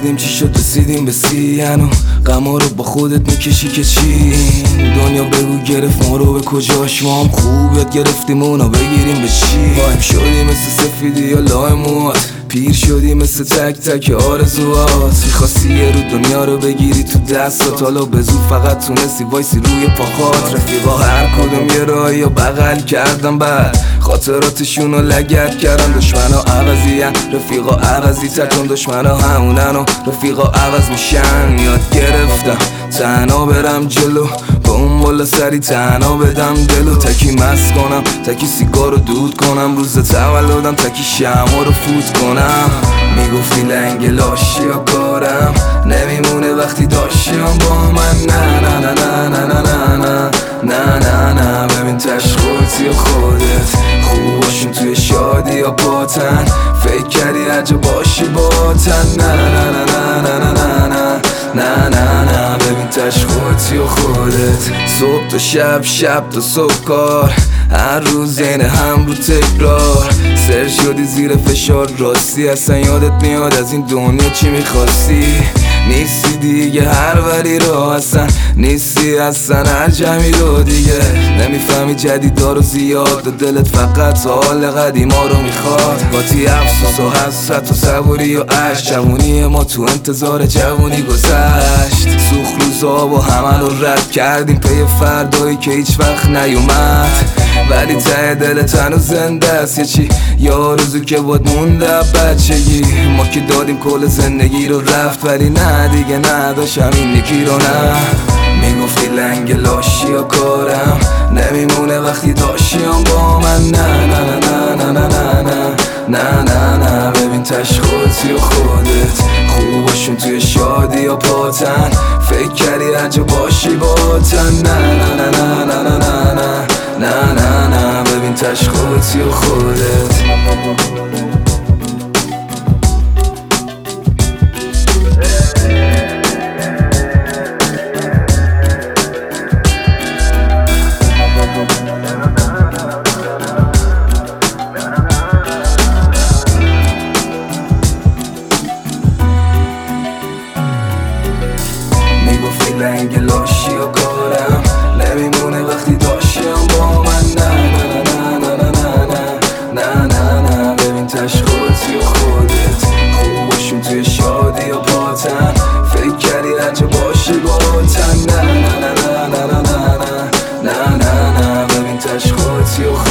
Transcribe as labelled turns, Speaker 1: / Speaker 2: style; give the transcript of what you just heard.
Speaker 1: نفهمیدیم چی شد رسیدیم به سیانو غما رو با خودت میکشی که چی دنیا بگو گرفت ما رو به کجاش ما هم خوب یاد گرفتیم اونا بگیریم به چی بایم شدی مثل سفیدی یا لای موات پیر شدی مثل تک تک آرزوات میخواستی یه رو دنیا رو بگیری تو دستات حالا به زور فقط تونستی وایسی روی پاهات رفیقا هر کدوم یه راهی یا بغل کردم بعد خاطراتشون رو لگد کردن دشمنا عوضی هن رفیقا عوضی تکن دشمنا همونن و رفیقا عوض میشن یاد گرفتم تنها برم جلو با اون بالا سری تنها بدم دلو تکی مست کنم تکی سیگار رو دود کنم روز تولدم تکی شمع رو فوت کنم میگفتی لنگ لاشی یا کارم نمیمونه وقتی داشتیم با من نه نه نه نه نه نه نه نه نه نه ببین تشخوصی و خودت خوباشون توی شادی یا پاتن فکر کردی هرجا باشی باتن نه نه نه نه نه نه نه نه نه نه ببین تشخوصی و خودت صبح تا شب شب تا صبح کار هر روز این هم رو تکرار سر شدی زیر فشار راستی اصلا یادت میاد از این دنیا چی میخواستی نیستی دیگه هر ولی رو اصلا نیستی اصلا هر جمعی رو دیگه نمیفهمی جدیدا رو زیاد و دلت فقط حال قدیما رو میخواد باتی افسوس و حسرت و صبوری و عشق جوونی ما تو انتظار جوونی گذشت سوخ روزا و همه رو رد کردیم پی فردایی که هیچ وقت نیومد ولی ته دلت هنوز زنده است یه چی یا روزو که بود مونده بچگی ما که دادیم کل زندگی رو رفت ولی نه دیگه نداشت همین یکی رو نه میگفتی لنگ لاشی یا کارم نمیمونه وقتی داشتیم با من نه نه نه نه نه نه نه نه نه نه ببین تشخوصی و خودت خوباشون توی شادی یا پاتن فکر کردی هرجا باشی باتن نه نه نه نه نه نه نه نه نه نه ببین تشخوصی و خودت میگفتی لنگ لاشی و کارم نمیمونه وقتی داشتیم با من نه نه نه نه نه نه نه نه ببین تشخوصی و خودت خوباشون توی شادی و پاتن فکر کردی هرجا باشی باتن نه نه نه نه نه نه نه نه نه ببین تشخوصی و